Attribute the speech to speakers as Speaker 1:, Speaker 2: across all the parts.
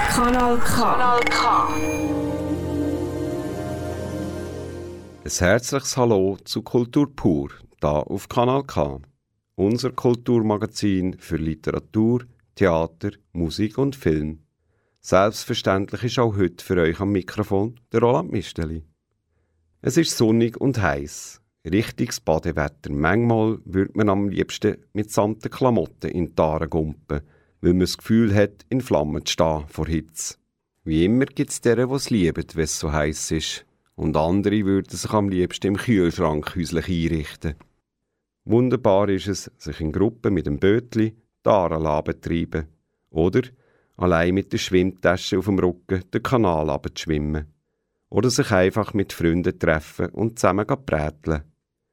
Speaker 1: Kanal K.
Speaker 2: Ein herzliches Hallo zu Kultur pur, da auf Kanal K. Unser Kulturmagazin für Literatur, Theater, Musik und Film. Selbstverständlich ist auch heute für euch am Mikrofon der Roland Misteli. Es ist sonnig und heiß. Richtiges Badewetter. Manchmal würde man am liebsten mit samten Klamotten in die Aare gumpen, weil man das Gefühl hat, in Flammen zu stehen vor Hitze. Wie immer gibt es deren, die es lieben, wenn es so heiß ist. Und andere würden sich am liebsten im Kühlschrank häuslich einrichten. Wunderbar ist es, sich in Gruppen mit dem Bötli die Aare betreiben oder allein mit der Schwimmtasche auf dem Rücken den Kanal abzuschwimmen. Oder sich einfach mit Freunden treffen und zusammen präteln.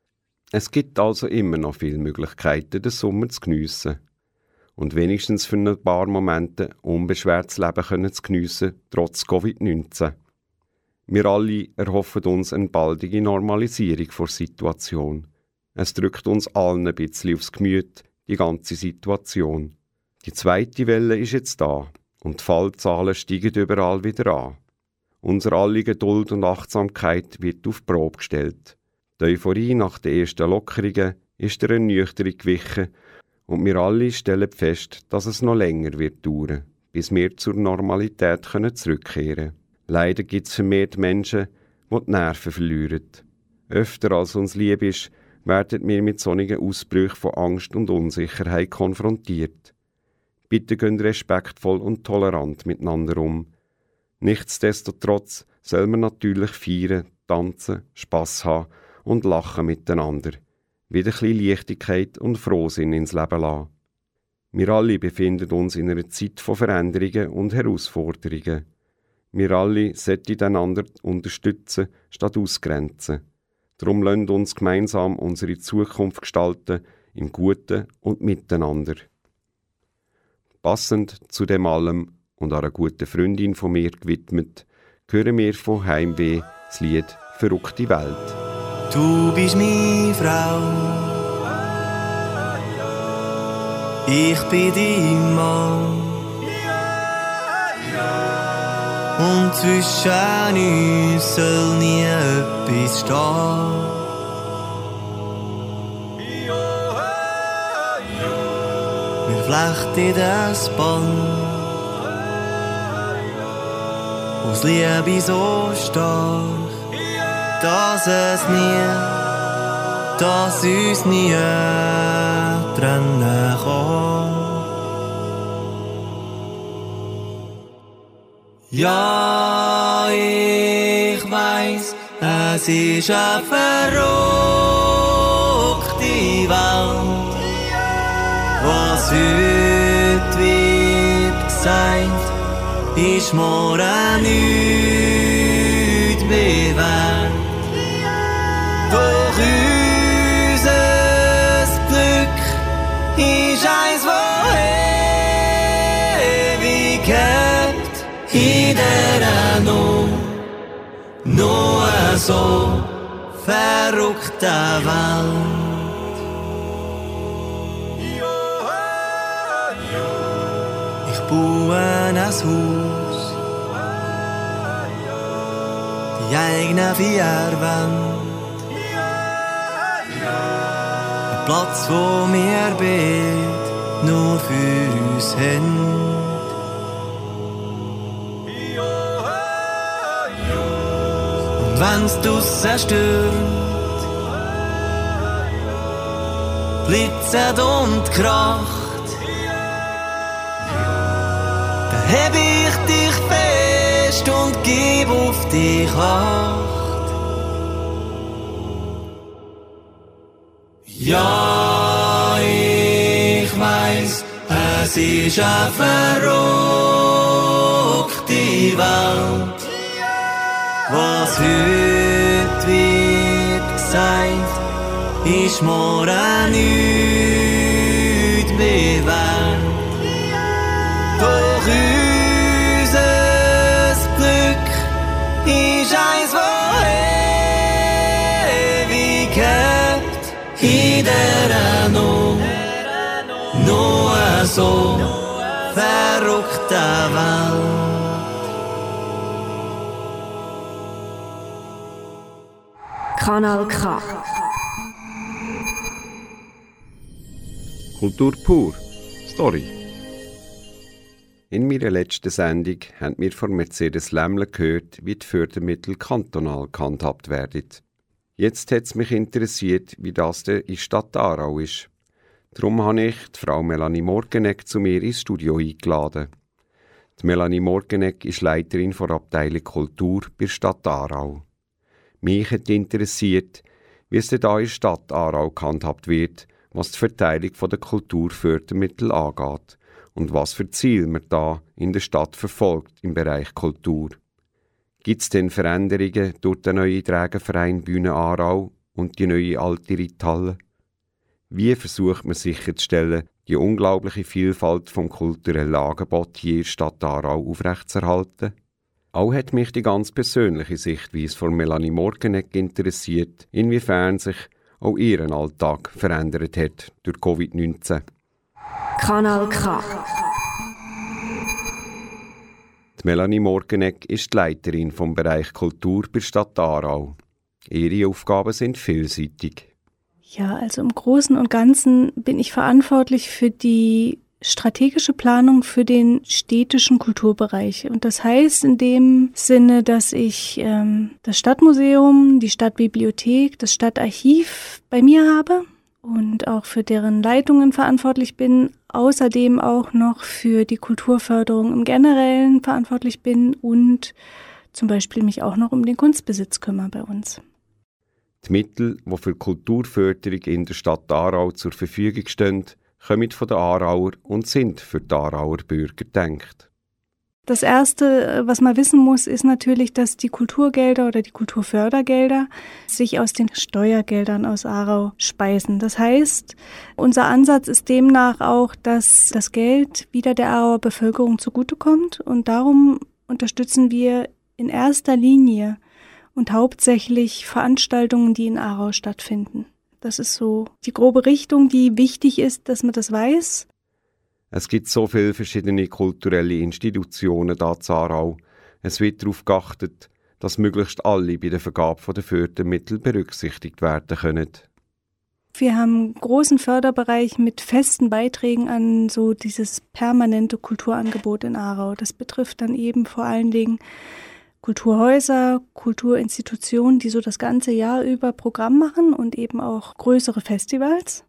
Speaker 2: Es gibt also immer noch viele Möglichkeiten, den Sommer zu geniessen. Und wenigstens für ein paar Momente unbeschwertes Leben zu geniessen, trotz Covid-19. Wir alle erhoffen uns eine baldige Normalisierung der Situation. Es drückt uns allen ein bisschen aufs Gemüt, die ganze Situation. Die zweite Welle ist jetzt da und die Fallzahlen steigen überall wieder an. Unsere alle Geduld und Achtsamkeit wird auf die Probe gestellt. Die Euphorie nach den ersten Lockerungen ist der Ernüchterung gewichen und wir alle stellen fest, dass es noch länger wird dauern, bis wir zur Normalität zurückkehren können. Leider gibt es vermehrt Menschen, die die Nerven verlieren. Öfter als uns lieb ist, werden wir mit solchen Ausbrüchen von Angst und Unsicherheit konfrontiert. Bitte gehen respektvoll und tolerant miteinander um. Nichtsdestotrotz soll man natürlich feiern, tanzen, Spass haben und lachen miteinander. Wieder ein bisschen Leichtigkeit und Frohsinn ins Leben lassen. Wir alle befinden uns in einer Zeit von Veränderungen und Herausforderungen. Wir alle sollten einander unterstützen, statt ausgrenzen. Darum lasst uns gemeinsam unsere Zukunft gestalten, im Guten und Miteinander. Passend zu dem allem und einer guten Freundin von mir gewidmet, hören wir von Heimweh das Lied «Verrückte Welt».
Speaker 3: Du bist meine Frau, ich bin dein Mann, und zwischen uns soll nie etwas stehen. Wir flechten das Band aus Liebe so stark, dass uns nie trennen kann. Ja, ich weiss, es ist eine verrückte Welt. Was heute wird gesagt, ist morgen nicht mehr wert. Doch unser Glück ist eins von Ewigkeit. In dieser noch so verrückten Welt. Ich baue ein Haus, die eigenen 4 Wände. Ein Platz, wo wir beide nur für uns haben. Und wenn's draussen stürmt, blitzet und kracht, dann heb ich dich fest und geb auf dich Acht. Ja, ich weiss, es ist eine verrückte Welt. Was heute wird gesagt, ist morgen nicht mehr wert. Doch unser Glück ist eins von Ewigkeit. In dieser noch so verrückten Welt.
Speaker 1: Kanal K.
Speaker 2: Kultur pur. Story. In meiner letzten Sendung haben wir von Mercedes Lämmle gehört, wie die Fördermittel kantonal gehandhabt werden. Jetzt hat es mich interessiert, wie das denn in Stadt Aarau ist. Darum habe ich die Frau Melanie Morgenegg zu mir ins Studio eingeladen. Die Melanie Morgenegg ist Leiterin der Abteilung Kultur bei der Stadt Aarau. Mich hat interessiert, wie es denn da in der Stadt Aarau gehandhabt wird, was die Verteilung der Kulturfördermittel angeht und was für Ziele man da in der Stadt verfolgt im Bereich Kultur. Gibt es denn Veränderungen durch den neuen Trägerverein Bühne Aarau und die neue alte Reithalle? Wie versucht man sicherzustellen, die unglaubliche Vielfalt vom kulturellen Angebot hier in der Stadt Aarau aufrechtzuerhalten? Auch hat mich die ganz persönliche Sichtweise von Melanie Morgenegg interessiert, inwiefern sich auch ihren Alltag verändert hat durch Covid-19.
Speaker 1: Kanal K.
Speaker 2: Die Melanie Morgenegg ist die Leiterin vom Bereich Kultur bei der Stadt Aarau. Ihre Aufgaben sind vielseitig.
Speaker 4: Ja, also im Großen und Ganzen bin ich verantwortlich für die strategische Planung für den städtischen Kulturbereich. Und das heißt in dem Sinne, dass ich das Stadtmuseum, die Stadtbibliothek, das Stadtarchiv bei mir habe und auch für deren Leitungen verantwortlich bin. Außerdem auch noch für die Kulturförderung im Generellen verantwortlich bin und zum Beispiel mich auch noch um den Kunstbesitz kümmere bei uns.
Speaker 2: Die Mittel, die für Kulturförderung in der Stadt Aarau zur Verfügung stehen, kommen von den Aarauer und sind für die Aarauer Bürger gedacht.
Speaker 4: Das Erste, was man wissen muss, ist natürlich, dass die Kulturgelder oder die Kulturfördergelder sich aus den Steuergeldern aus Aarau speisen. Das heißt, unser Ansatz ist demnach auch, dass das Geld wieder der Aarauer Bevölkerung zugutekommt. Und darum unterstützen wir in erster Linie und hauptsächlich Veranstaltungen, die in Aarau stattfinden. Das ist so die grobe Richtung, die wichtig ist, dass man das weiß.
Speaker 2: Es gibt so viele verschiedene kulturelle Institutionen da in Aarau. Es wird darauf geachtet, dass möglichst alle bei der Vergabe der Fördermittel berücksichtigt werden können.
Speaker 4: Wir haben einen großen Förderbereich mit festen Beiträgen an so dieses permanente Kulturangebot in Aarau. Das betrifft dann eben vor allen Dingen Kulturhäuser, Kulturinstitutionen, die so das ganze Jahr über Programm machen und eben auch größere Festivals.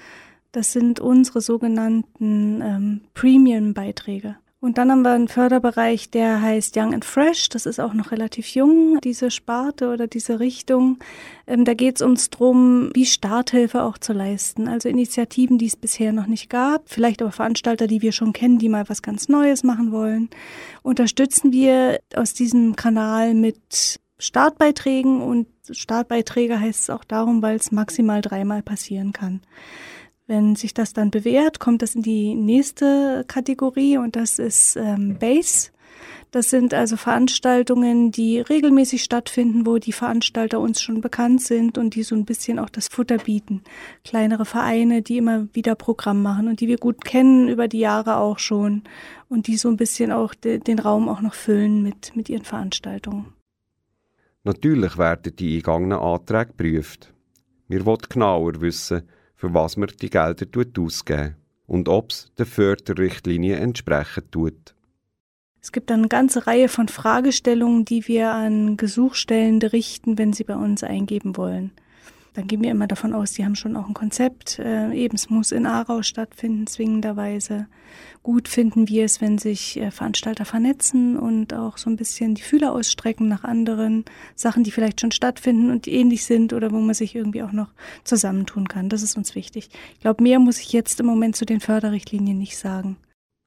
Speaker 4: Das sind unsere sogenannten Premium-Beiträge. Und dann haben wir einen Förderbereich, der heißt Young and Fresh. Das ist auch noch relativ jung, diese Sparte oder diese Richtung. Da geht es uns darum, wie Starthilfe auch zu leisten. Also Initiativen, die es bisher noch nicht gab. Vielleicht aber Veranstalter, die wir schon kennen, die mal was ganz Neues machen wollen. Unterstützen wir aus diesem Kanal mit Startbeiträgen. Und Startbeiträge heißt es auch darum, weil es maximal 3-mal passieren kann. Wenn sich das dann bewährt, kommt das in die nächste Kategorie und das ist Base. Das sind also Veranstaltungen, die regelmäßig stattfinden, wo die Veranstalter uns schon bekannt sind und die so ein bisschen auch das Futter bieten. Kleinere Vereine, die immer wieder Programm machen und die wir gut kennen über die Jahre auch schon und die so ein bisschen auch den Raum auch noch füllen mit ihren Veranstaltungen.
Speaker 2: Natürlich werden die eingegangenen Anträge geprüft. Wir wollen genauer wissen, für was man die Gelder ausgeben und ob es der Förderrichtlinie entsprechen tut.
Speaker 4: Es gibt dann eine ganze Reihe von Fragestellungen, die wir an Gesuchstellende richten, wenn sie bei uns eingeben wollen. Dann gehen wir immer davon aus, die haben schon auch ein Konzept. Es muss in Aarau stattfinden, zwingenderweise. Gut finden wir es, wenn sich Veranstalter vernetzen und auch so ein bisschen die Fühler ausstrecken nach anderen Sachen, die vielleicht schon stattfinden und die ähnlich sind oder wo man sich irgendwie auch noch zusammentun kann. Das ist uns wichtig. Ich glaube, mehr muss ich jetzt im Moment zu den Förderrichtlinien nicht sagen.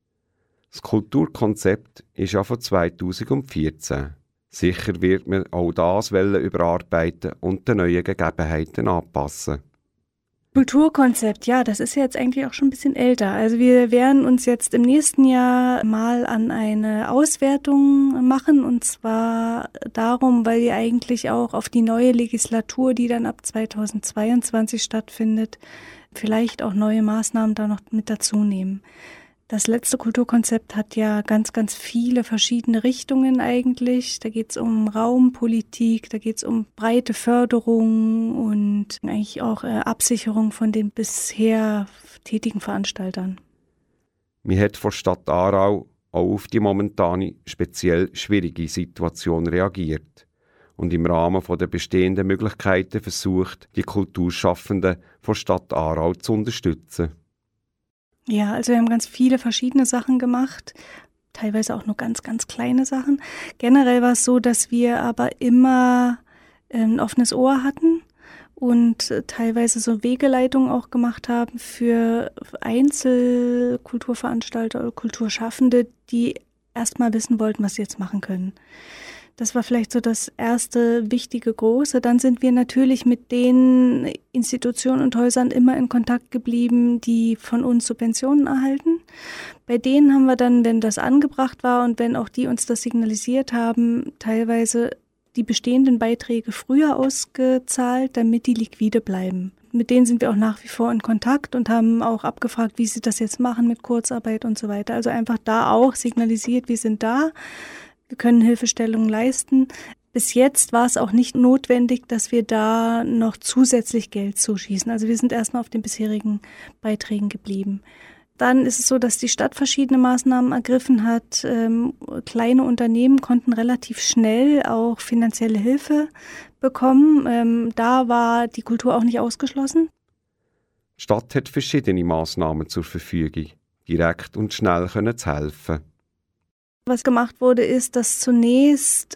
Speaker 2: Das Kulturkonzept ist ja von 2014. Sicher wird man auch das überarbeiten und den neuen Gegebenheiten anpassen.
Speaker 4: Kulturkonzept, ja, das ist jetzt eigentlich auch schon ein bisschen älter. Also wir werden uns jetzt im nächsten Jahr mal an eine Auswertung machen und zwar darum, weil wir eigentlich auch auf die neue Legislatur, die dann ab 2022 stattfindet, vielleicht auch neue Maßnahmen da noch mit dazu nehmen. Das letzte Kulturkonzept hat ja ganz, ganz viele verschiedene Richtungen eigentlich. Da geht es um Raumpolitik, da geht es um breite Förderung und eigentlich auch Absicherung von den bisher tätigen Veranstaltern.
Speaker 2: Man hat von Stadt Aarau auch auf die momentane, speziell schwierige Situation reagiert und im Rahmen der bestehenden Möglichkeiten versucht, die Kulturschaffenden von Stadt Aarau zu unterstützen.
Speaker 4: Ja, also wir haben ganz viele verschiedene Sachen gemacht, teilweise auch nur ganz, ganz kleine Sachen. Generell war es so, dass wir aber immer ein offenes Ohr hatten und teilweise so Wegeleitungen auch gemacht haben für Einzelkulturveranstalter oder Kulturschaffende, die erstmal wissen wollten, was sie jetzt machen können. Das war vielleicht so das erste wichtige Große. Dann sind wir natürlich mit den Institutionen und Häusern immer in Kontakt geblieben, die von uns Subventionen erhalten. Bei denen haben wir dann, wenn das angebracht war und wenn auch die uns das signalisiert haben, teilweise die bestehenden Beiträge früher ausgezahlt, damit die liquide bleiben. Mit denen sind wir auch nach wie vor in Kontakt und haben auch abgefragt, wie sie das jetzt machen mit Kurzarbeit und so weiter. Also einfach da auch signalisiert, wir sind da. Wir können Hilfestellungen leisten. Bis jetzt war es auch nicht notwendig, dass wir da noch zusätzlich Geld zuschießen. Also wir sind erstmal auf den bisherigen Beiträgen geblieben. Dann ist es so, dass die Stadt verschiedene Maßnahmen ergriffen hat. Kleine Unternehmen konnten relativ schnell auch finanzielle Hilfe bekommen. Da war die Kultur auch nicht ausgeschlossen.
Speaker 2: Die Stadt hat verschiedene Maßnahmen zur Verfügung, direkt und schnell zu helfen.
Speaker 4: Was gemacht wurde, ist, dass zunächst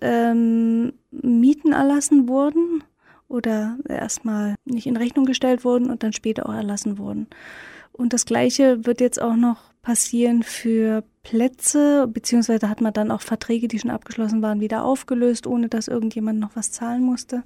Speaker 4: Mieten erlassen wurden oder erstmal nicht in Rechnung gestellt wurden und dann später auch erlassen wurden. Und das Gleiche wird jetzt auch noch passieren für Plätze, beziehungsweise hat man dann auch Verträge, die schon abgeschlossen waren, wieder aufgelöst, ohne dass irgendjemand noch was zahlen musste.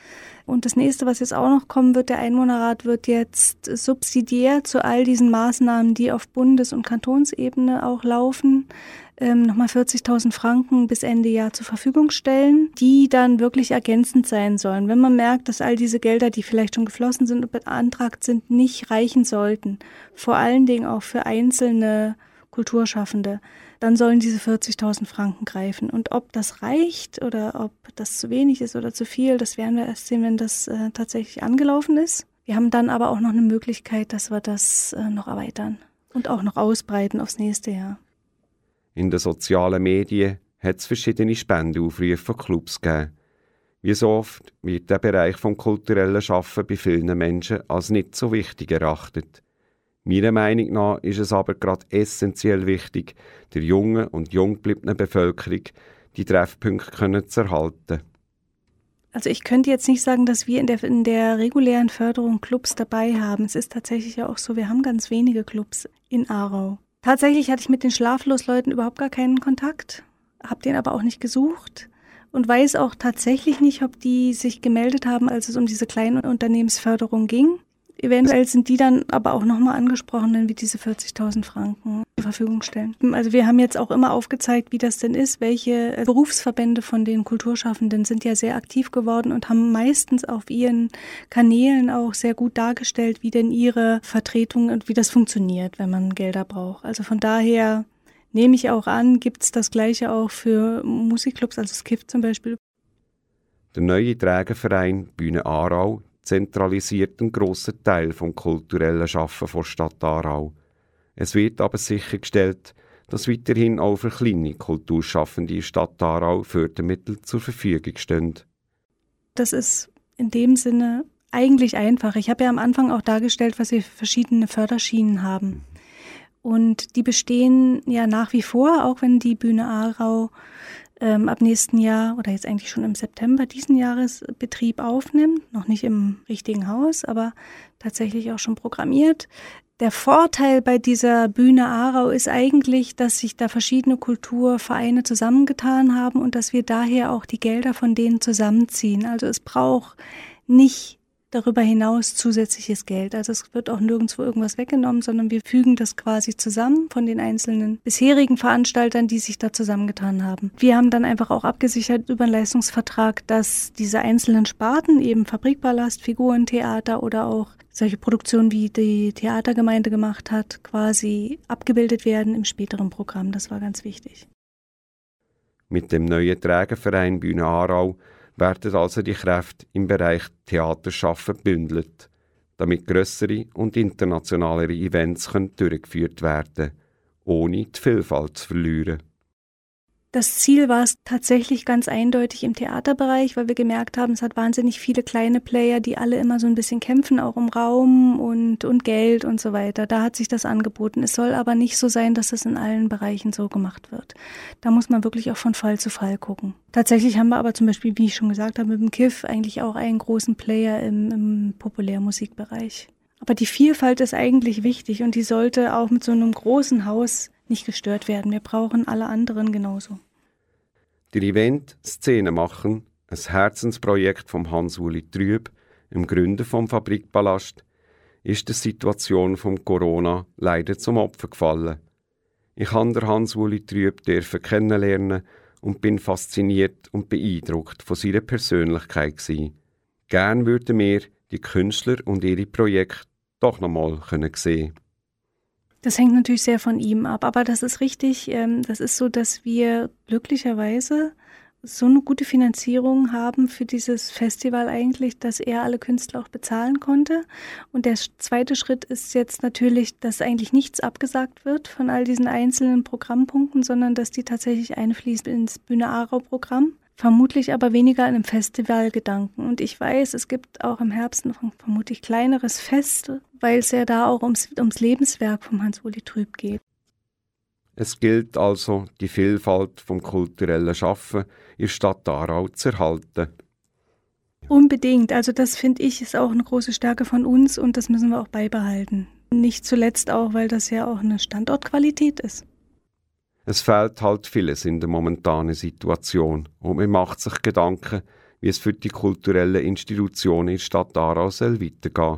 Speaker 4: Und das nächste, was jetzt auch noch kommen wird, der Einwohnerrat wird jetzt subsidiär zu all diesen Maßnahmen, die auf Bundes- und Kantonsebene auch laufen, nochmal 40.000 Franken bis Ende Jahr zur Verfügung stellen, die dann wirklich ergänzend sein sollen. Wenn man merkt, dass all diese Gelder, die vielleicht schon geflossen sind und beantragt sind, nicht reichen sollten, vor allen Dingen auch für einzelne Kulturschaffende, dann sollen diese 40.000 Franken greifen. Und ob das reicht oder ob das zu wenig ist oder zu viel, das werden wir erst sehen, wenn das tatsächlich angelaufen ist. Wir haben dann aber auch noch eine Möglichkeit, dass wir das noch erweitern und auch noch ausbreiten aufs nächste Jahr.
Speaker 2: In den sozialen Medien hat es verschiedene Spendenaufrufe von Clubs gegeben. Wie so oft wird der Bereich des kulturellen Schaffen bei vielen Menschen als nicht so wichtig erachtet. Meiner Meinung nach ist es aber gerade essentiell wichtig, der jungen und jung gebliebenen Bevölkerung die Treffpunkte zu erhalten.
Speaker 4: Also ich könnte jetzt nicht sagen, dass wir in der regulären Förderung Clubs dabei haben. Es ist tatsächlich ja auch so, wir haben ganz wenige Clubs in Aarau. Tatsächlich hatte ich mit den Schlaflosleuten überhaupt gar keinen Kontakt, habe den aber auch nicht gesucht und weiß auch tatsächlich nicht, ob die sich gemeldet haben, als es um diese Kleinunternehmensförderung ging. Eventuell sind die dann aber auch nochmal angesprochen, wenn wir diese 40.000 Franken zur Verfügung stellen. Also wir haben jetzt auch immer aufgezeigt, wie das denn ist, welche Berufsverbände von den Kulturschaffenden sind ja sehr aktiv geworden und haben meistens auf ihren Kanälen auch sehr gut dargestellt, wie denn ihre Vertretung und wie das funktioniert, wenn man Gelder braucht. Also von daher nehme ich auch an, gibt es das Gleiche auch für Musikclubs, also Skiff zum Beispiel.
Speaker 2: Der neue Trägerverein Bühne Aarau zentralisiert einen grossen Teil vom kulturellen Schaffen der Stadt Aarau. Es wird aber sichergestellt, dass weiterhin auch für kleine Kulturschaffende in der Stadt Aarau Fördermittel zur Verfügung stehen.
Speaker 4: Das ist in dem Sinne eigentlich einfach. Ich habe ja am Anfang auch dargestellt, was wir für verschiedene Förderschienen haben. Und die bestehen ja nach wie vor, auch wenn die Bühne Aarau ab nächsten Jahr oder jetzt eigentlich schon im September diesen Jahres Betrieb aufnimmt. Noch nicht im richtigen Haus, aber tatsächlich auch schon programmiert. Der Vorteil bei dieser Bühne Aarau ist eigentlich, dass sich da verschiedene Kulturvereine zusammengetan haben und dass wir daher auch die Gelder von denen zusammenziehen. Also es braucht nicht darüber hinaus zusätzliches Geld. Also es wird auch nirgendwo irgendwas weggenommen, sondern wir fügen das quasi zusammen von den einzelnen bisherigen Veranstaltern, die sich da zusammengetan haben. Wir haben dann einfach auch abgesichert über einen Leistungsvertrag, dass diese einzelnen Sparten, eben Fabrikballast, Figuren, Theater oder auch solche Produktionen, wie die Theatergemeinde gemacht hat, quasi abgebildet werden im späteren Programm. Das war ganz wichtig.
Speaker 2: Mit dem neuen Trägerverein Bühne Aarau werden also die Kräfte im Bereich Theaterschaffen gebündelt, damit grössere und internationalere Events durchgeführt werden können, ohne die Vielfalt zu verlieren.
Speaker 4: Das Ziel war es tatsächlich ganz eindeutig im Theaterbereich, weil wir gemerkt haben, es hat wahnsinnig viele kleine Player, die alle immer so ein bisschen kämpfen, auch um Raum und Geld und so weiter. Da hat sich das angeboten. Es soll aber nicht so sein, dass es in allen Bereichen so gemacht wird. Da muss man wirklich auch von Fall zu Fall gucken. Tatsächlich haben wir aber zum Beispiel, wie ich schon gesagt habe, mit dem KIF eigentlich auch einen großen Player im Populärmusikbereich. Aber die Vielfalt ist eigentlich wichtig und die sollte auch mit so einem großen Haus nicht gestört werden. Wir brauchen alle anderen genauso.
Speaker 2: Der Event «Szene machen», ein Herzensprojekt von Hans-Uli Trüb, dem Gründer vom Fabrikballast, ist der Situation von Corona leider zum Opfer gefallen. Ich durfte Hans-Uli Trüb kennenlernen und bin fasziniert und beeindruckt von seiner Persönlichkeit gewesen. Gern würden wir die Künstler und ihre Projekte doch noch mal sehen.
Speaker 4: Das hängt natürlich sehr von ihm ab, aber das ist richtig. Das ist so, dass wir glücklicherweise so eine gute Finanzierung haben für dieses Festival eigentlich, dass er alle Künstler auch bezahlen konnte. Und der zweite Schritt ist jetzt natürlich, dass eigentlich nichts abgesagt wird von all diesen einzelnen Programmpunkten, sondern dass die tatsächlich einfließen ins Bühne Aarau-Programm. Vermutlich aber weniger in einem Festivalgedanken. Und ich weiß, es gibt auch im Herbst noch ein vermutlich kleineres Fest, weil es ja da auch ums Lebenswerk von Hans-Uli Trüb geht.
Speaker 2: Es gilt also, die Vielfalt vom kulturellen Schaffen in der Stadt Aarau zu erhalten.
Speaker 4: Unbedingt. Also das finde ich ist auch eine große Stärke von uns und das müssen wir auch beibehalten. Nicht zuletzt auch, weil das ja auch eine Standortqualität ist.
Speaker 2: Es fehlt halt vieles in der momentanen Situation und man macht sich Gedanken, wie es für die kulturellen Institutionen in der Stadt Aarau weitergehen soll.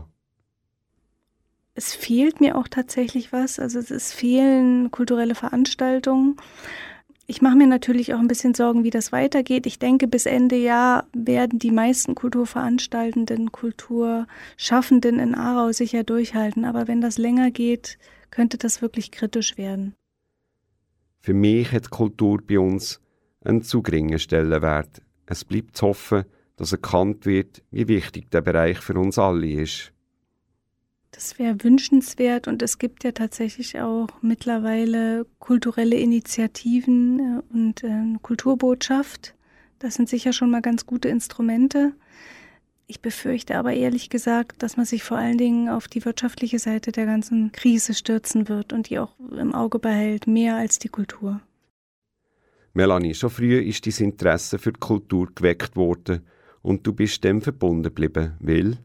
Speaker 4: Es fehlt mir auch tatsächlich was, also es fehlen kulturelle Veranstaltungen. Ich mache mir natürlich auch ein bisschen Sorgen, wie das weitergeht. Ich denke, bis Ende Jahr werden die meisten Kulturveranstaltenden, Kulturschaffenden in Aarau sicher durchhalten. Aber wenn das länger geht, könnte das wirklich kritisch werden.
Speaker 2: Für mich hat Kultur bei uns einen zu geringen Stellenwert. Es bleibt zu hoffen, dass erkannt wird, wie wichtig der Bereich für uns alle ist.
Speaker 4: Das wäre wünschenswert und es gibt ja tatsächlich auch mittlerweile kulturelle Initiativen und Kulturbotschaft. Das sind sicher schon mal ganz gute Instrumente. Ich befürchte aber ehrlich gesagt, dass man sich vor allen Dingen auf die wirtschaftliche Seite der ganzen Krise stürzen wird und die auch im Auge behält, mehr als die Kultur.
Speaker 2: Melanie, schon früh ist dein Interesse für die Kultur geweckt worden und du bist dem verbunden geblieben, weil?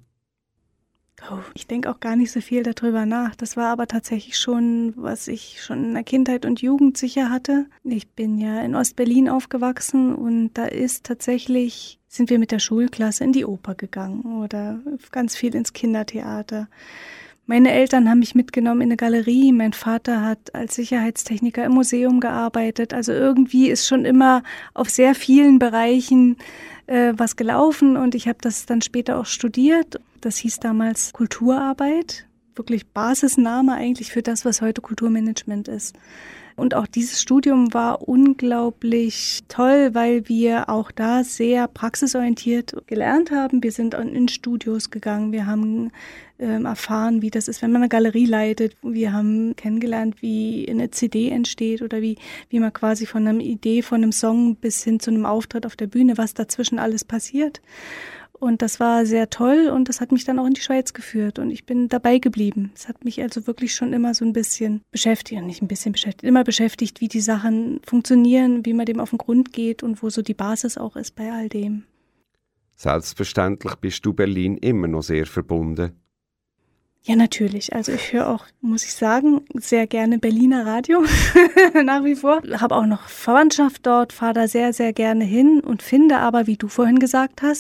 Speaker 4: Ich denke auch gar nicht so viel darüber nach. Das war aber tatsächlich schon, was ich schon in der Kindheit und Jugend sicher hatte. Ich bin ja in Ostberlin aufgewachsen und da sind wir mit der Schulklasse in die Oper gegangen oder ganz viel ins Kindertheater. Meine Eltern haben mich mitgenommen in eine Galerie. Mein Vater hat als Sicherheitstechniker im Museum gearbeitet. Also irgendwie ist schon immer auf sehr vielen Bereichen was gelaufen und ich habe das dann später auch studiert. Das hieß damals Kulturarbeit, wirklich Basisname eigentlich für das, was heute Kulturmanagement ist. Und auch dieses Studium war unglaublich toll, weil wir auch da sehr praxisorientiert gelernt haben. Wir sind in Studios gegangen, wir haben erfahren, wie das ist, wenn man eine Galerie leitet. Wir haben kennengelernt, wie eine CD entsteht oder wie man quasi von einer Idee, von einem Song bis hin zu einem Auftritt auf der Bühne, was dazwischen alles passiert. Und das war sehr toll und das hat mich dann auch in die Schweiz geführt und ich bin dabei geblieben. Es hat mich also wirklich schon immer so ein bisschen beschäftigt, immer beschäftigt, wie die Sachen funktionieren, wie man dem auf den Grund geht und wo so die Basis auch ist bei all dem.
Speaker 2: Selbstverständlich bist du Berlin immer noch sehr verbunden.
Speaker 4: Ja, natürlich. Also ich höre auch, muss ich sagen, sehr gerne Berliner Radio, nach wie vor. Habe auch noch Verwandtschaft dort, fahre da sehr, sehr gerne hin und finde aber, wie du vorhin gesagt hast,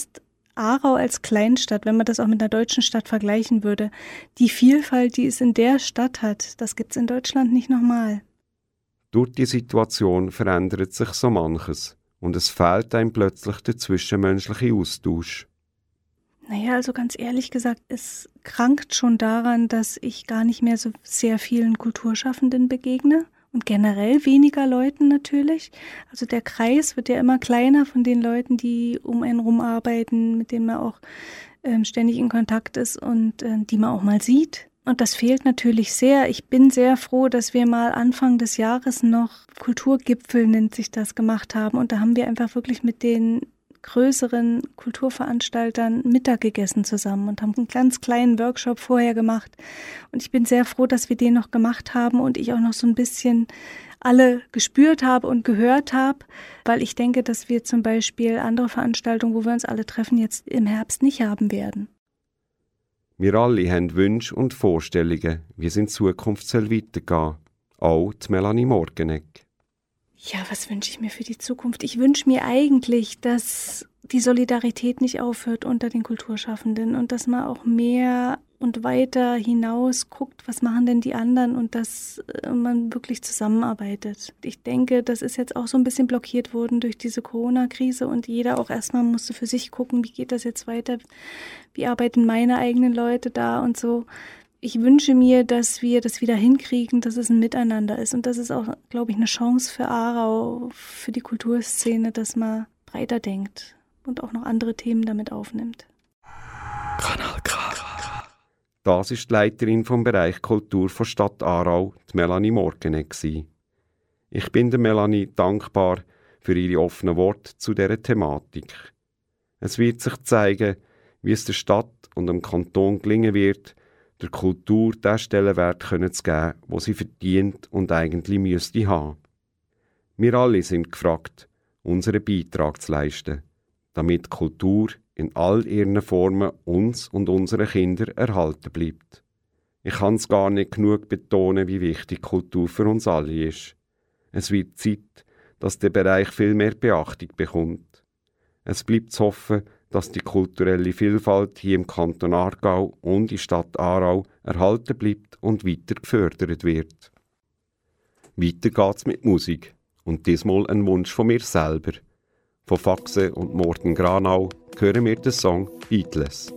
Speaker 4: Aarau als Kleinstadt, wenn man das auch mit einer deutschen Stadt vergleichen würde, die Vielfalt, die es in der Stadt hat, das gibt es in Deutschland nicht nochmal.
Speaker 2: Durch die Situation verändert sich so manches und es fehlt einem plötzlich der zwischenmenschliche Austausch.
Speaker 4: Naja, also ganz ehrlich gesagt, es krankt schon daran, dass ich gar nicht mehr so sehr vielen Kulturschaffenden begegne und generell weniger Leuten natürlich. Also der Kreis wird ja immer kleiner von den Leuten, die um einen rum arbeiten, mit denen man auch ständig in Kontakt ist und die man auch mal sieht. Und das fehlt natürlich sehr. Ich bin sehr froh, dass wir mal Anfang des Jahres noch Kulturgipfel, nennt sich das, gemacht haben. Und da haben wir einfach wirklich mit den größeren Kulturveranstaltern Mittag gegessen zusammen und haben einen ganz kleinen Workshop vorher gemacht. Und ich bin sehr froh, dass wir den noch gemacht haben und ich auch noch so ein bisschen alle gespürt habe und gehört habe, weil ich denke, dass wir zum Beispiel andere Veranstaltungen, wo wir uns alle treffen, jetzt im Herbst nicht haben werden.
Speaker 2: Wir alle haben Wünsche und Vorstellungen, wie es in Zukunft weitergehen soll. Auch die Melanie Morgenegg.
Speaker 4: Ja, was wünsche ich mir für die Zukunft? Ich wünsche mir eigentlich, dass die Solidarität nicht aufhört unter den Kulturschaffenden und dass man auch mehr und weiter hinaus guckt, was machen denn die anderen und dass man wirklich zusammenarbeitet. Ich denke, das ist jetzt auch so ein bisschen blockiert worden durch diese Corona-Krise und jeder auch erstmal musste für sich gucken, wie geht das jetzt weiter, wie arbeiten meine eigenen Leute da und so. Ich wünsche mir, dass wir das wieder hinkriegen, dass es ein Miteinander ist. Und das ist auch, glaube ich, eine Chance für Aarau, für die Kulturszene, dass man breiter denkt und auch noch andere Themen damit aufnimmt.
Speaker 2: Kanal K. Das ist die Leiterin vom Bereich Kultur von Stadt Aarau, die Melanie Morgenegg. Ich bin der Melanie dankbar für ihre offenen Worte zu dieser Thematik. Es wird sich zeigen, wie es der Stadt und dem Kanton gelingen wird, der Kultur den Stellenwert zu geben, den sie verdient und eigentlich müsste haben. Wir alle sind gefragt, unseren Beitrag zu leisten, damit Kultur in all ihren Formen uns und unseren Kindern erhalten bleibt. Ich kann es gar nicht genug betonen, wie wichtig Kultur für uns alle ist. Es wird Zeit, dass der Bereich viel mehr Beachtung bekommt. Es bleibt zu hoffen, dass die kulturelle Vielfalt hier im Kanton Aargau und in Stadt Aarau erhalten bleibt und weiter gefördert wird. Weiter geht's mit Musik und diesmal ein Wunsch von mir selber. Von Faxe und Morten Granau hören wir den Song «Beatless».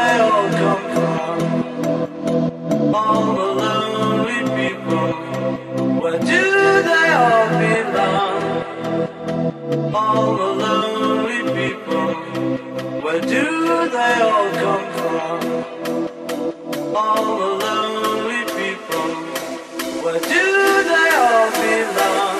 Speaker 3: they all come from? All the lonely people, where do they all belong? All the lonely people, where do they all come from? All the lonely people, where do they all belong?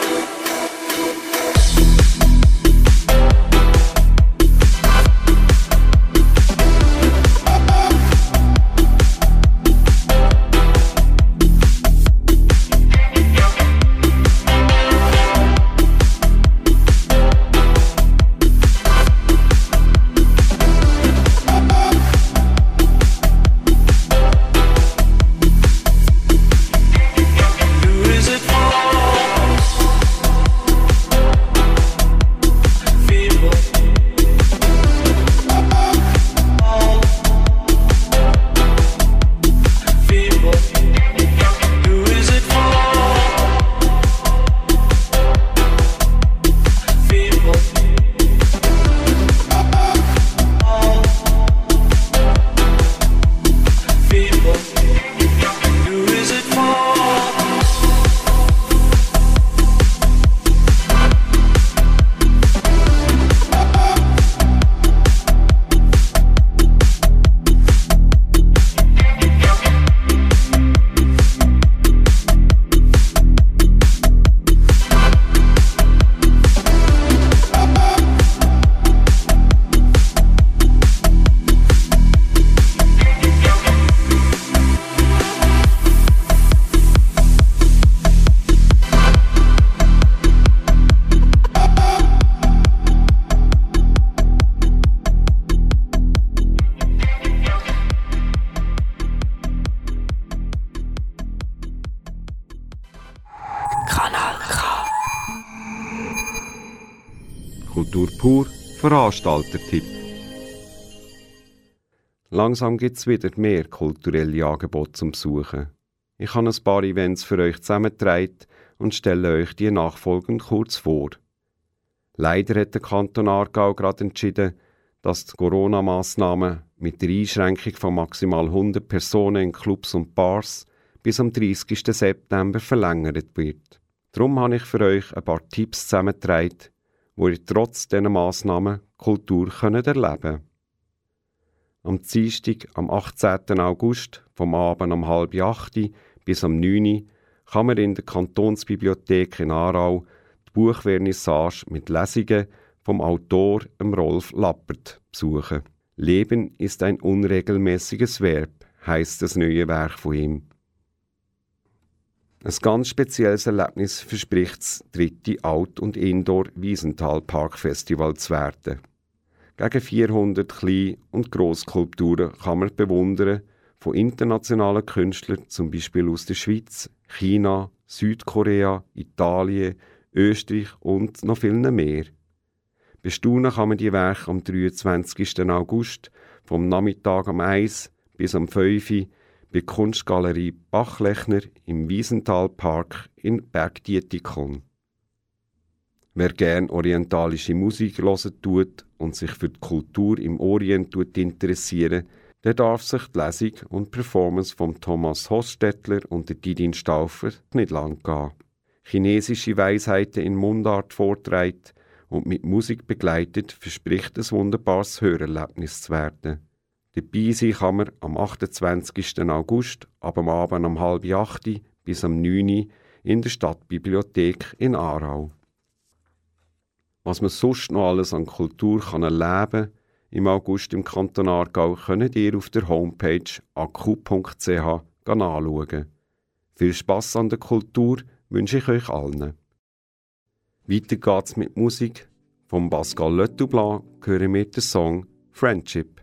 Speaker 2: Kultur pur Veranstalter-Tipp. Langsam gibt es wieder mehr kulturelle Angebote zum Besuchen. Ich habe ein paar Events für euch zusammengetragen und stelle euch die nachfolgend kurz vor. Leider hat der Kanton Aargau gerade entschieden, dass die Corona-Massnahmen mit der Einschränkung von maximal 100 Personen in Clubs und Bars bis am 30. September verlängert wird. Darum habe ich für euch ein paar Tipps zusammengetragen, wo ihr trotz dieser Massnahmen Kultur erleben könnt. Am Dienstag, am 18. August, vom Abend um 7:30 bis am 9 Uhr, kann man in der Kantonsbibliothek in Aarau die Buchvernissage mit Lesungen vom Autor Rolf Lappert besuchen. Leben ist ein unregelmäßiges Verb, heisst das neue Werk von ihm. Ein ganz spezielles Erlebnis verspricht das 3. Out- und Indoor-Wiesenthal-Park-Festival zu werden. Gegen 400 Klein- und Grossskulpturen kann man bewundern, von internationalen Künstlern, zum Beispiel aus der Schweiz, China, Südkorea, Italien, Österreich und noch vielen mehr. Bestaunen kann man die Werke am 23. August vom Nachmittag um 1 bis am 5 Uhr bei der Kunstgalerie Bachlechner im Wiesenthal-Park in Bergdietikon. Wer gerne orientalische Musik hören tut und sich für die Kultur im Orient interessiert, der darf sich die Lesung und Performance von Thomas Hostetler und der Didin Stauffer nicht lang gehen. Chinesische Weisheiten in Mundart vorträgt und mit Musik begleitet, verspricht ein wunderbares Hörerlebnis zu werden. Dabei sein kann man am 28. August ab am Abend um 7:30 bis am 9 Uhr in der Stadtbibliothek in Aarau. Was man sonst noch alles an Kultur erleben kann, im August im Kanton Aargau, könnt ihr auf der Homepage aku.ch anschauen. Viel Spass an der Kultur wünsche ich euch allen. Weiter geht's mit Musik. Von Pascal Letoublon hören wir den Song «Friendship».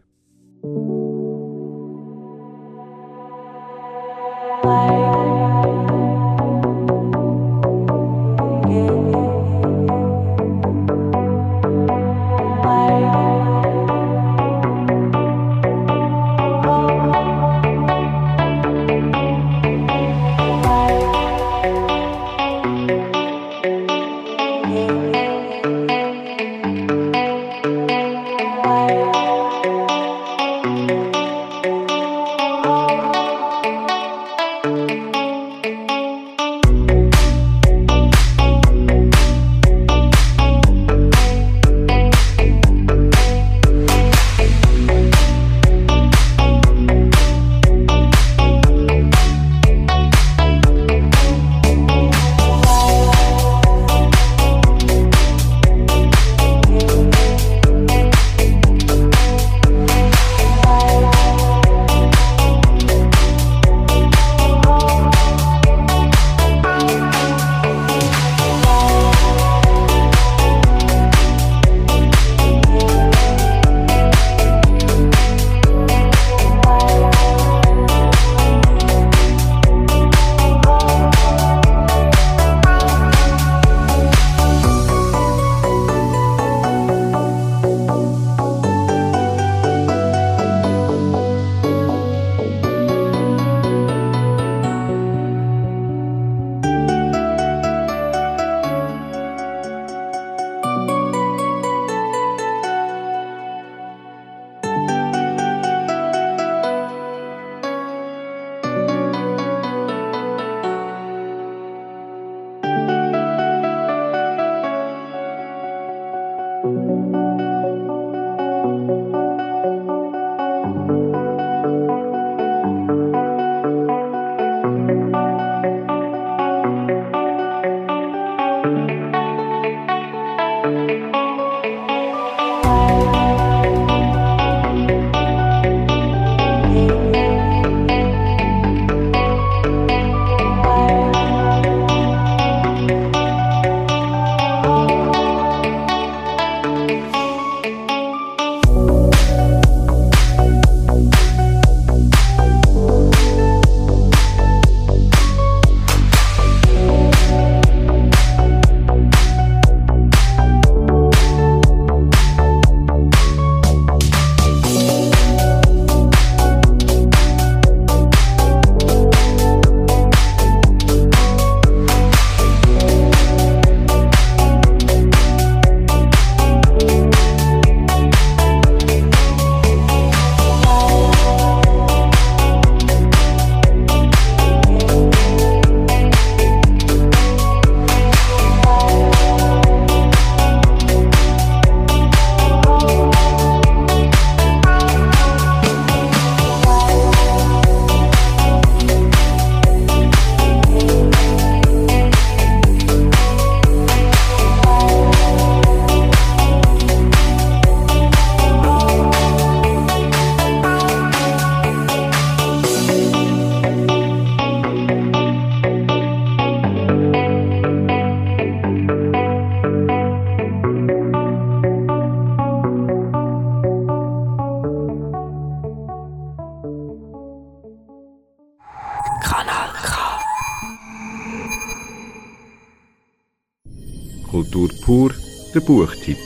Speaker 2: Kultur pur, der Buchtipp.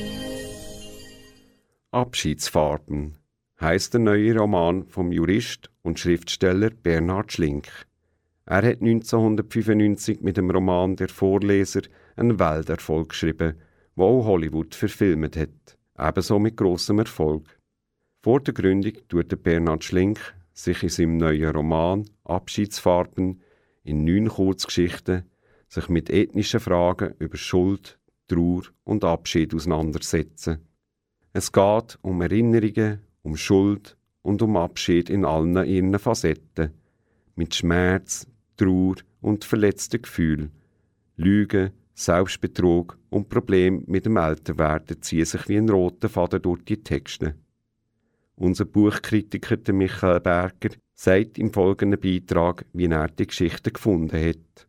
Speaker 2: Abschiedsfarben heisst der neue Roman vom Jurist und Schriftsteller Bernhard Schlink. Er hat 1995 mit dem Roman «Der Vorleser» einen Welterfolg geschrieben, der auch Hollywood verfilmt hat, ebenso mit grossem Erfolg. Vor der Gründung tut Bernhard Schlink sich in seinem neuen Roman «Abschiedsfarben» in 9 Kurzgeschichten sich mit ethnischen Fragen über Schuld, Trauer und Abschied auseinandersetzen. Es geht um Erinnerungen, um Schuld und um Abschied in allen ihren Facetten, mit Schmerz, Trauer und verletzten Gefühlen. Lügen, Selbstbetrug und Probleme mit dem Älterwerden ziehen sich wie ein roter Faden durch die Texte. Unser Buchkritiker Michael Berger sagt im folgenden Beitrag, wie er die Geschichte gefunden hat.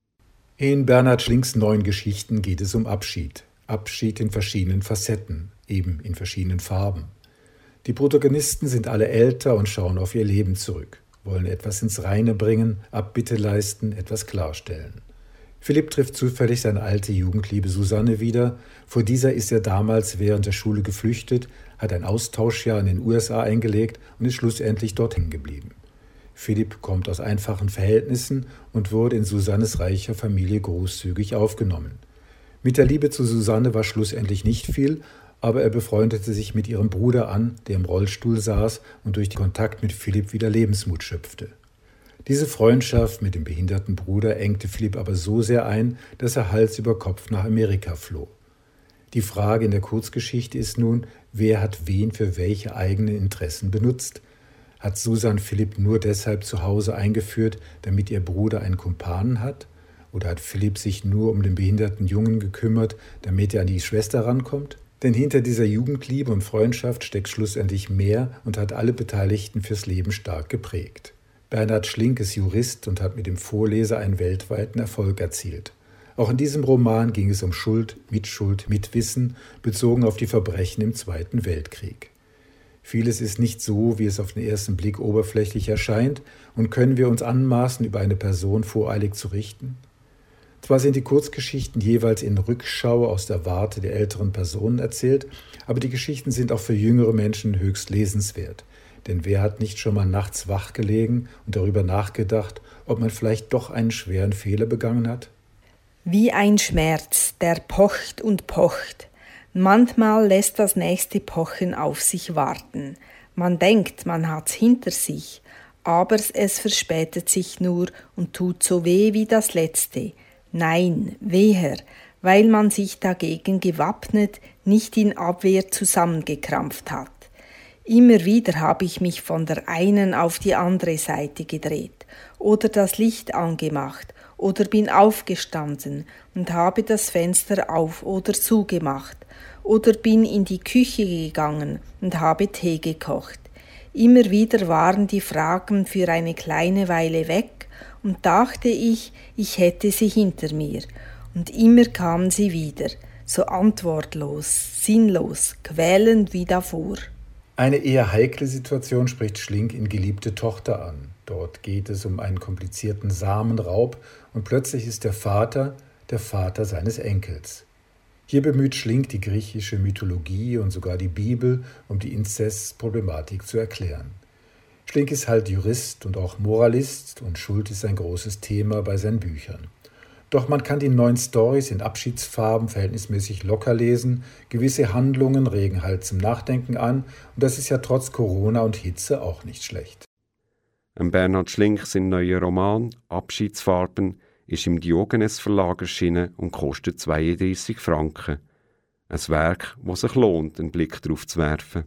Speaker 5: In Bernhard Schlinks 9 Geschichten geht es um Abschied. Abschied in verschiedenen Facetten, eben in verschiedenen Farben. Die Protagonisten sind alle älter und schauen auf ihr Leben zurück, wollen etwas ins Reine bringen, Abbitte leisten, etwas klarstellen. Philipp trifft zufällig seine alte Jugendliebe Susanne wieder. Vor dieser ist er damals während der Schule geflüchtet, hat ein Austauschjahr in den USA eingelegt und ist schlussendlich dorthin geblieben. Philipp kommt aus einfachen Verhältnissen und wurde in Susannes reicher Familie großzügig aufgenommen. Mit der Liebe zu Susanne war schlussendlich nicht viel, aber er befreundete sich mit ihrem Bruder an, der im Rollstuhl saß und durch den Kontakt mit Philipp wieder Lebensmut schöpfte. Diese Freundschaft mit dem behinderten Bruder engte Philipp aber so sehr ein, dass er Hals über Kopf nach Amerika floh. Die Frage in der Kurzgeschichte ist nun, wer hat wen für welche eigenen Interessen benutzt? Hat Susan Philipp nur deshalb zu Hause eingeführt, damit ihr Bruder einen Kumpanen hat? Oder hat Philipp sich nur um den behinderten Jungen gekümmert, damit er an die Schwester rankommt? Denn hinter dieser Jugendliebe und Freundschaft steckt schlussendlich mehr und hat alle Beteiligten fürs Leben stark geprägt. Bernhard Schlink ist Jurist und hat mit dem Vorleser einen weltweiten Erfolg erzielt. Auch in diesem Roman ging es um Schuld, Mitwissen, bezogen auf die Verbrechen im Zweiten Weltkrieg. Vieles ist nicht so, wie es auf den ersten Blick oberflächlich erscheint, und können wir uns anmaßen, über eine Person voreilig zu richten? Zwar sind die Kurzgeschichten jeweils in Rückschau aus der Warte der älteren Personen erzählt, aber die Geschichten sind auch für jüngere Menschen höchst lesenswert. Denn wer hat nicht schon mal nachts wach gelegen und darüber nachgedacht, ob man vielleicht doch einen schweren Fehler begangen hat?
Speaker 6: Wie ein Schmerz, der pocht und pocht. Manchmal lässt das nächste Pochen auf sich warten. Man denkt, man hat's hinter sich, aber es verspätet sich nur und tut so weh wie das letzte. Nein, weher, weil man sich dagegen gewappnet, nicht in Abwehr zusammengekrampft hat. Immer wieder habe ich mich von der einen auf die andere Seite gedreht oder das Licht angemacht oder bin aufgestanden und habe das Fenster auf oder zugemacht oder bin in die Küche gegangen und habe Tee gekocht. Immer wieder waren die Fragen für eine kleine Weile weg und dachte ich hätte sie hinter mir. Und immer kamen sie wieder, so antwortlos, sinnlos, quälend wie davor.
Speaker 5: Eine eher heikle Situation spricht Schlink in Geliebte Tochter an. Dort geht es um einen komplizierten Samenraub und plötzlich ist der Vater seines Enkels. Hier bemüht Schlink die griechische Mythologie und sogar die Bibel, um die Inzestproblematik zu erklären. Schlink ist halt Jurist und auch Moralist und Schuld ist ein großes Thema bei seinen Büchern. Doch man kann die 9 Storys in Abschiedsfarben verhältnismäßig locker lesen, gewisse Handlungen regen halt zum Nachdenken an und das ist ja trotz Corona und Hitze auch nicht schlecht.
Speaker 2: Bernhard Schlink sein neuer Roman «Abschiedsfarben» ist im Diogenes Verlag erschienen und kostet 32 Franken. Ein Werk, das sich lohnt, einen Blick darauf zu werfen.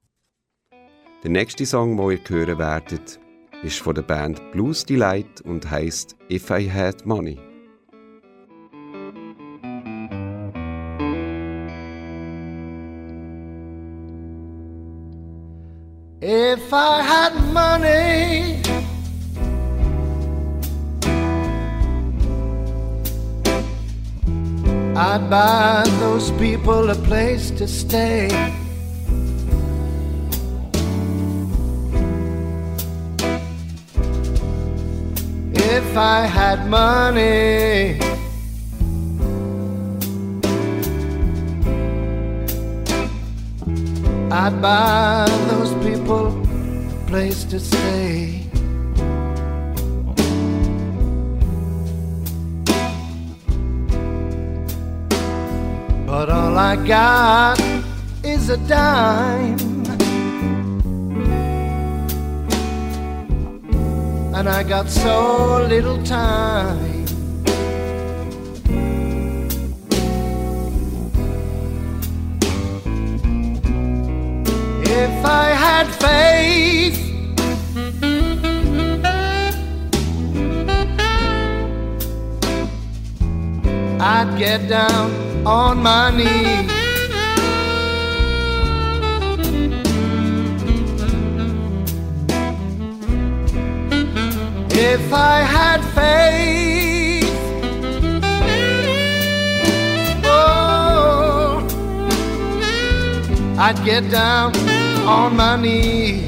Speaker 2: Der nächste Song, den ihr hören werdet, ist von der Band Blues Delight und heisst «If I Had Money».
Speaker 7: If I had money, I'd buy those people a place to stay. If I had money, I'd buy those people a place to stay. But all I got is a dime, and I got so little time. If I had faith, I'd get down on my knees. If I had faith, oh, I'd get down on my knees.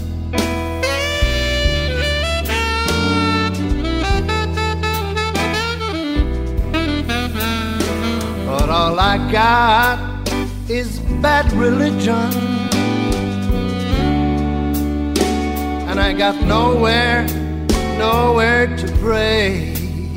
Speaker 7: But all I got is bad religion, and I got nowhere to pray.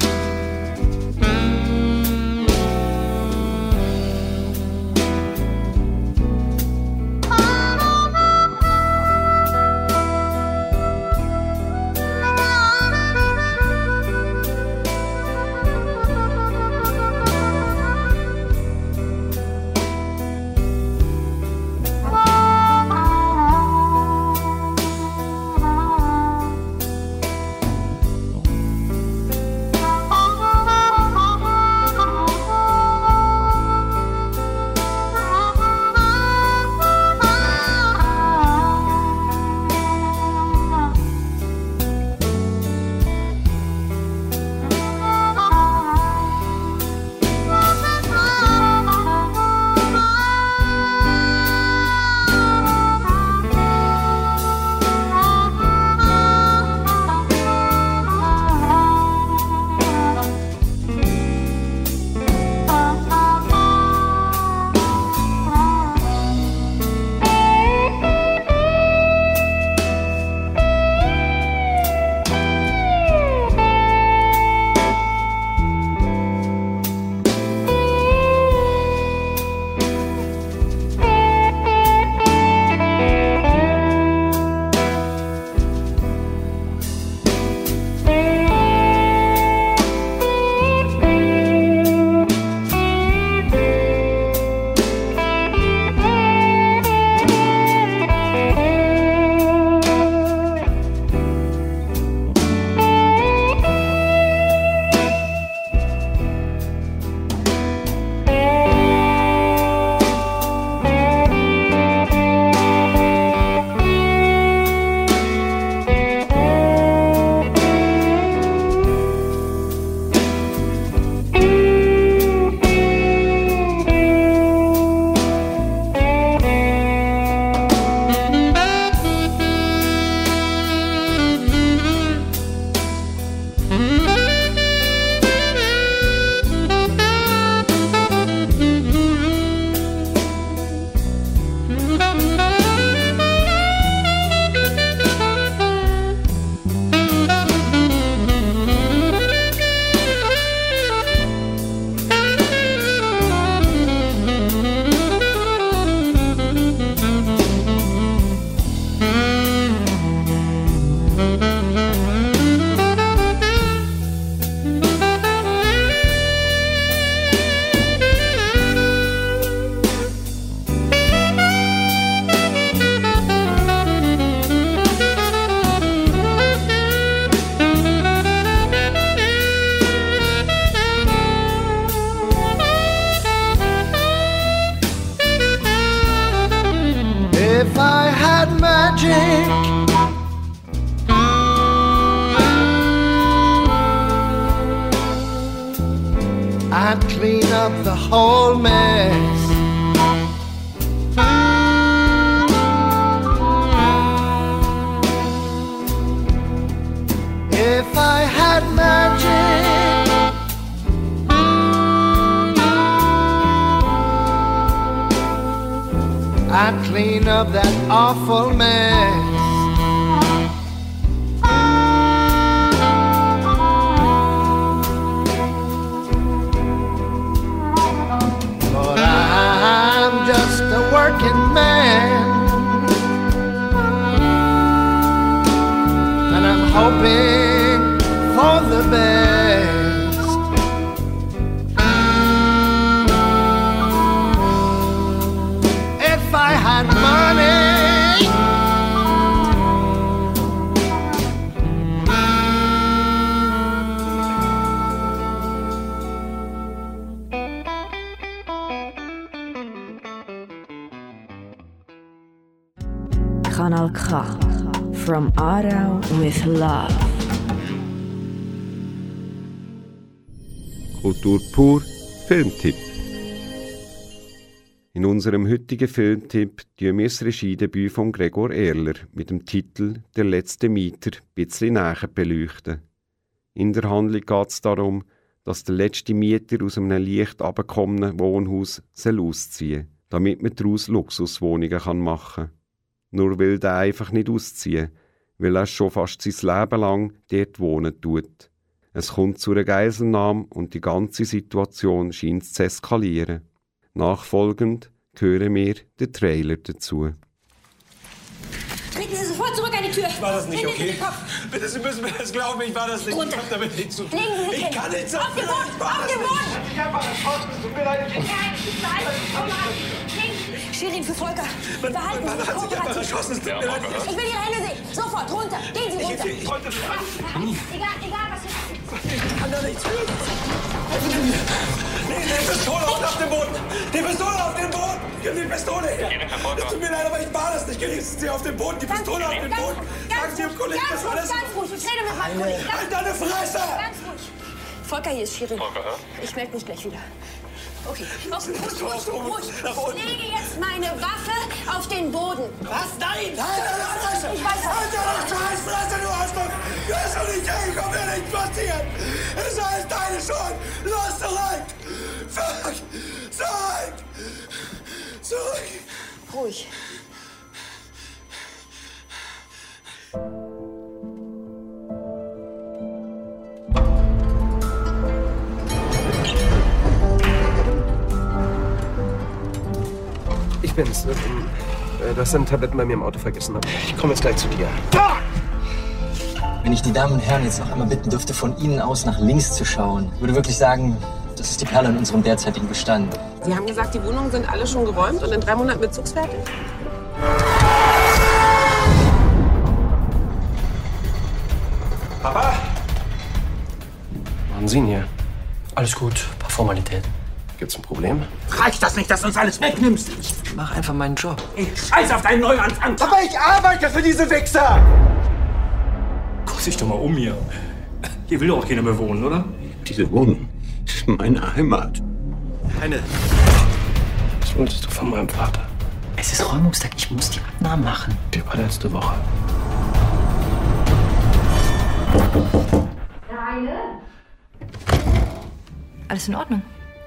Speaker 7: If I had magic, I'd clean up the whole mess. If I had magic, I clean up that awful mess. Lord, I'm just a working man, and I'm hoping for the best. If I had money,
Speaker 1: Kanal K. From Aarau with Love.
Speaker 2: Kultur pur Filmtipp. In unserem heutigen Filmtipp tun wir das Regiedebüt von Gregor Erler mit dem Titel «Der letzte Mieter» ein bisschen näher beleuchten. In der Handlung geht es darum, dass der letzte Mieter aus einem leicht abgekommenen Wohnhaus ausziehen soll, damit man daraus Luxuswohnungen machen kann. Nur will der einfach nicht ausziehen, weil er schon fast sein Leben lang dort wohnen tut. Es kommt zu einer Geiselnahme und die ganze Situation scheint zu eskalieren. Nachfolgend hören wir den Trailer dazu.
Speaker 8: Treten Sie sofort zurück an die Tür.
Speaker 9: War das nicht okay? Bitte, Sie müssen mir das glauben, ich war das nicht.
Speaker 8: Runter.
Speaker 9: Ich hab damit nichts zu tun.
Speaker 8: Legen Sie sich
Speaker 9: Ich
Speaker 8: hin.
Speaker 9: kann nicht so.
Speaker 8: Auf den Boden! Auf den Boden!
Speaker 9: Ich hab mal erschossen, es tut mir leid.
Speaker 8: Shirin für Volker. Behalten Sie sich
Speaker 9: Man hat sich einfach
Speaker 8: kooperativ.
Speaker 9: erschossen, es tut mir leid.
Speaker 8: Ich will Ihre Hände sehen. Sofort, runter. Gehen Sie runter.
Speaker 9: Ich wollte...
Speaker 8: Egal, was Sie machen.
Speaker 9: Ich kann da nichts für. Helfen Sie mir. Die Pistole auf dem Boden. Die Pistole auf dem Boden. Gib die Pistole her. Es tut mir leid, aber ich war das nicht. Geben Sie auf den Boden. Die Pistole auf den Boden. Sagen Sie dem Kollegen, das war das...
Speaker 8: Ganz ruhig. Ich rede mit meinem Kollegen.
Speaker 9: Halt deine Fresse!
Speaker 8: Ganz ruhig. Volker, hier ist Shirin. Ich melde mich gleich wieder. Okay, ruhig. Ich lege jetzt meine Waffe auf den Boden.
Speaker 9: Was? Nein! Halt deine Fresse!
Speaker 8: Ich weiß was.
Speaker 9: Halt deine Scheißfresse, du Arschloch! Du hast doch nicht hergekommen, mir nichts passiert! Es ist alles deine Schuld! Los, zurück! Zurück!
Speaker 8: Ruhig.
Speaker 10: Ich bin's. Du hast deine Tabletten bei mir im Auto vergessen. Ich komme jetzt gleich zu dir.
Speaker 11: Wenn ich die Damen und Herren jetzt noch einmal bitten dürfte, von Ihnen aus nach links zu schauen, würde wirklich sagen, das ist die Perle in unserem derzeitigen Bestand.
Speaker 12: Sie haben gesagt, die Wohnungen sind alle schon geräumt und in 3 Monaten bezugsfertig?
Speaker 10: Papa! Machen Sie ihn hier?
Speaker 11: Alles gut, ein paar Formalitäten.
Speaker 10: Gibt's ein Problem?
Speaker 9: Reicht das nicht, dass du uns alles wegnimmst?
Speaker 11: Ich mach einfach meinen Job.
Speaker 9: Ich scheiß auf deinen Neuanfang! Aber ich arbeite für diese Wichser!
Speaker 13: Guck dich doch mal um hier. Hier will doch auch keiner mehr wohnen, oder?
Speaker 14: Diese Wohnung ist meine Heimat.
Speaker 10: Keine. Was wolltest du von meinem Vater?
Speaker 11: Es ist Räumungstag, ich muss die Abnahmen machen.
Speaker 10: Die war letzte Woche.
Speaker 15: Alles in Ordnung?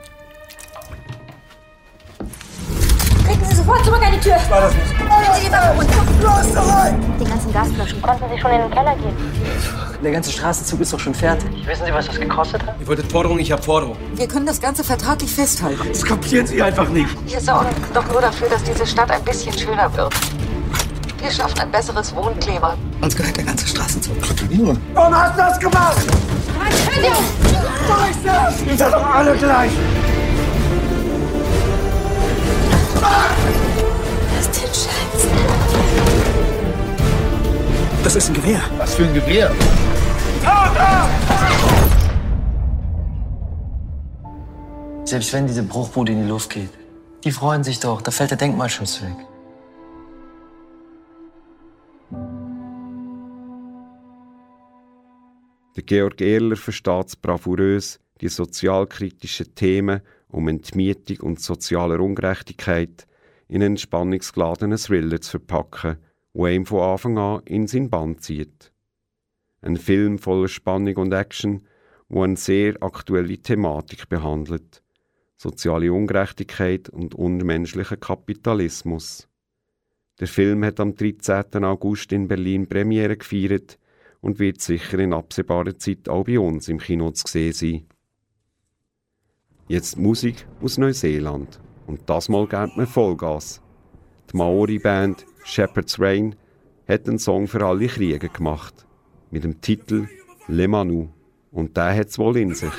Speaker 8: Treten Sie sofort zurück an die Tür.
Speaker 9: War das nicht?
Speaker 8: Nehmen Sie die Waffe runter.
Speaker 9: Los, zurück!
Speaker 15: Die ganzen Gasflaschen konnten Sie schon in den Keller gehen.
Speaker 11: Der ganze Straßenzug ist doch schon fertig. Wissen Sie, was das gekostet hat?
Speaker 10: Ihr wolltet Forderung, ich hab Forderung.
Speaker 15: Wir können das Ganze vertraglich festhalten.
Speaker 9: Das kapieren Sie einfach nicht.
Speaker 15: Wir sorgen doch nur dafür, dass diese Stadt ein bisschen schöner wird. Wir schaffen ein besseres Wohnklima.
Speaker 11: Uns gehört der ganze Straßenzug.
Speaker 14: Gratuliere.
Speaker 9: Warum hast du das gemacht?
Speaker 8: Entschuldigung.
Speaker 9: Scheiße! Ihr seid doch alle gleich!
Speaker 15: Lass den Scheiß.
Speaker 9: Das ist ein Gewehr.
Speaker 14: Was für ein Gewehr?
Speaker 11: Selbst wenn diese Bruchbude in die Luft geht, die freuen sich doch, da fällt der Denkmalschutz weg.
Speaker 2: Der Georg Erler versteht es bravourös, die sozialkritischen Themen um Entmietung und sozialer Ungerechtigkeit in einen spannungsgeladenen Thriller zu verpacken, der ihm von Anfang an in seinen Bann zieht. Ein Film voller Spannung und Action, der eine sehr aktuelle Thematik behandelt: soziale Ungerechtigkeit und unmenschlichen Kapitalismus. Der Film hat am 13. August in Berlin Premiere gefeiert und wird sicher in absehbarer Zeit auch bei uns im Kino zu sehen sein. Jetzt Musik aus Neuseeland. Und das Mal gibt man Vollgas. Die Maori-Band Shepherd's Rain hat einen Song für alle Krieger gemacht. Mit dem Titel Le Manu. Und der hat es wohl in sich.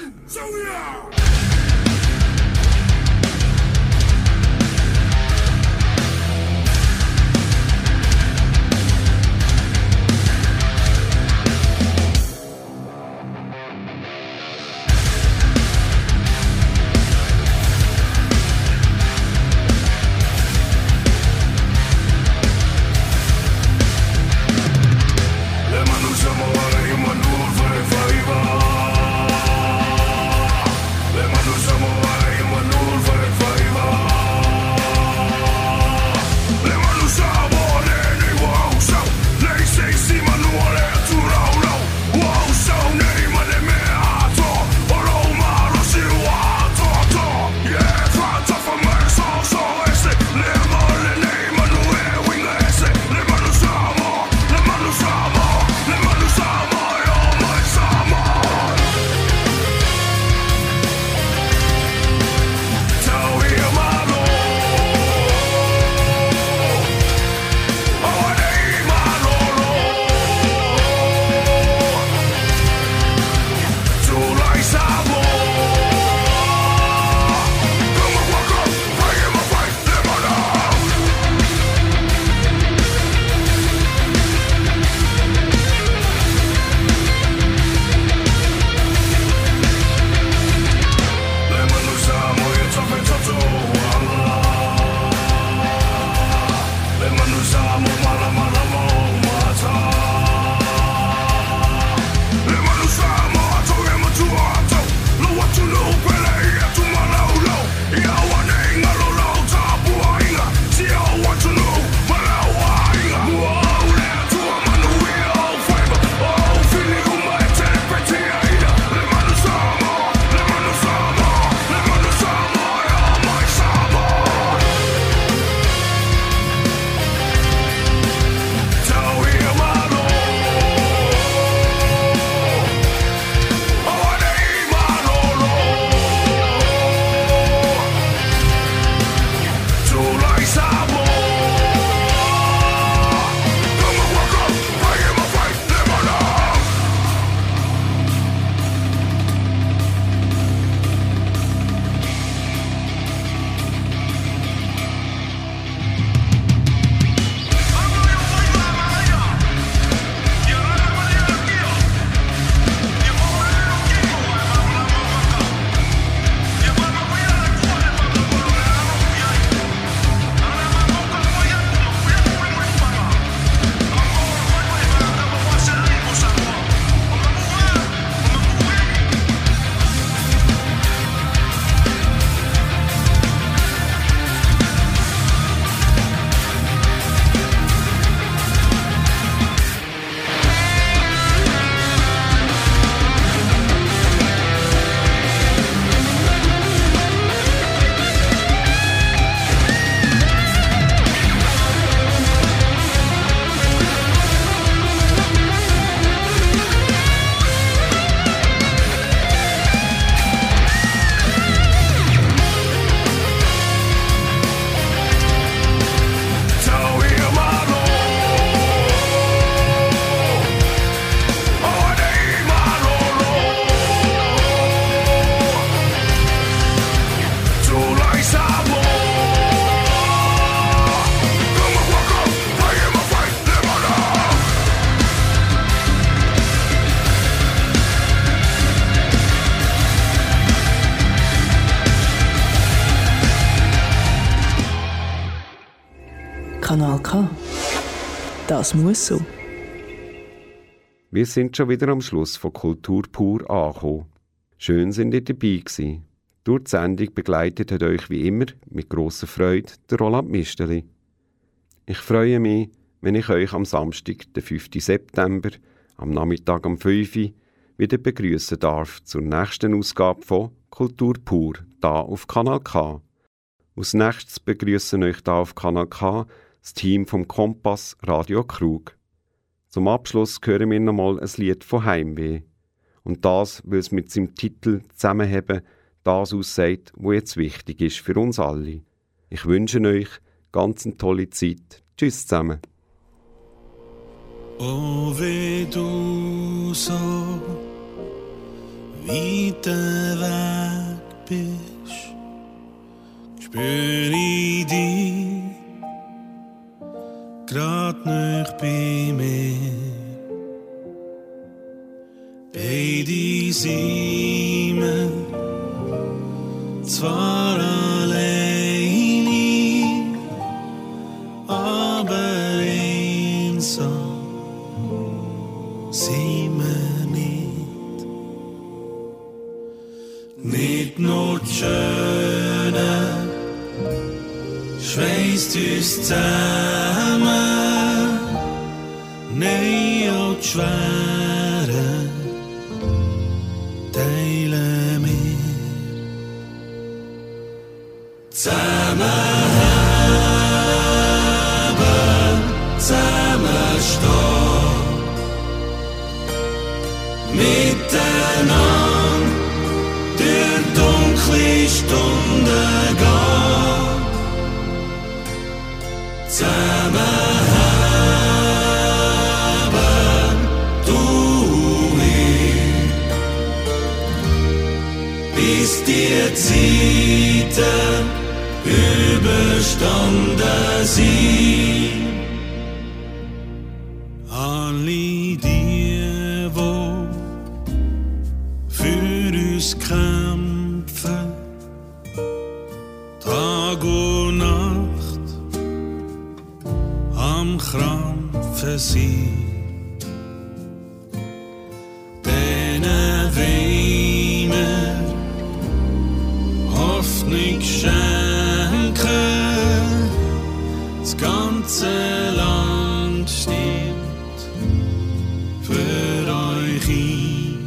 Speaker 1: Kanal K. Das muss so.
Speaker 2: Wir sind schon wieder am Schluss von Kultur pur angekommen. Schön sind ihr dabei gewesen. Durch die Sendung begleitet hat euch wie immer mit grosser Freude der Roland Misteli. Ich freue mich, wenn ich euch am Samstag, den 5. September, am Nachmittag um 5 Uhr, wieder begrüßen darf zur nächsten Ausgabe von Kultur pur, da auf Kanal K. Als nächstes begrüßen euch da auf Kanal K das Team vom Kompass Radio Krug. Zum Abschluss hören wir nochmal ein Lied von Heimweh. Und das, weil es mit seinem Titel «Zusammenheben» das aussagt, was jetzt wichtig ist für uns alle. Ich wünsche euch ganz eine tolle Zeit. Tschüss zusammen.
Speaker 16: Oh, wie du so weit weg bist, spür ich dich grad nicht bei mir. Beide sind wir zwar alleine, aber einsam sind wir nicht. Nicht nur die Schöne schweißt uns zusammen, nein, auch die Schwere teilen wir. Zusammenheben, zusammenstehen, miteinander durch dunkle Stunden gehen. Zusammenheben, du und ich, bis die Zeiten überstanden sind. Alle die, wo für uns kämpfen, Tag und Nacht am Krampfen sind, denen wollen wir Hoffnung schenken. Das ganze Land steht für euch ein.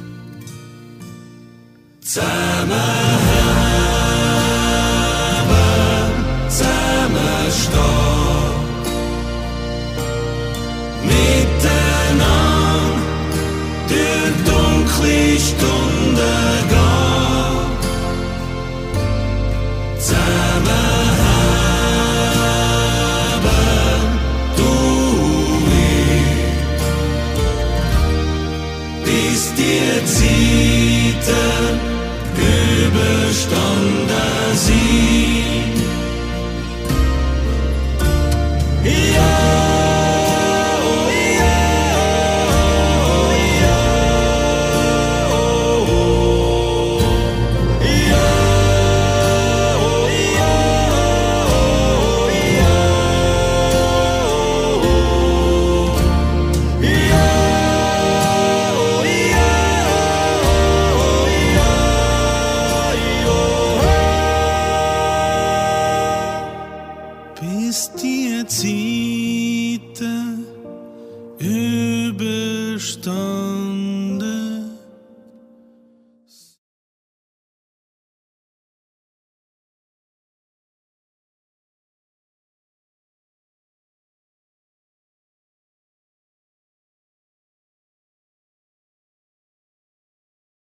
Speaker 16: Zusammenheben, zusammenstehen, miteinander durch dunkle Stunden gehen. Zusammenheben, du und ich, bis die Zeiten überstanden sind. Ja. Bis die Zeiten überstanden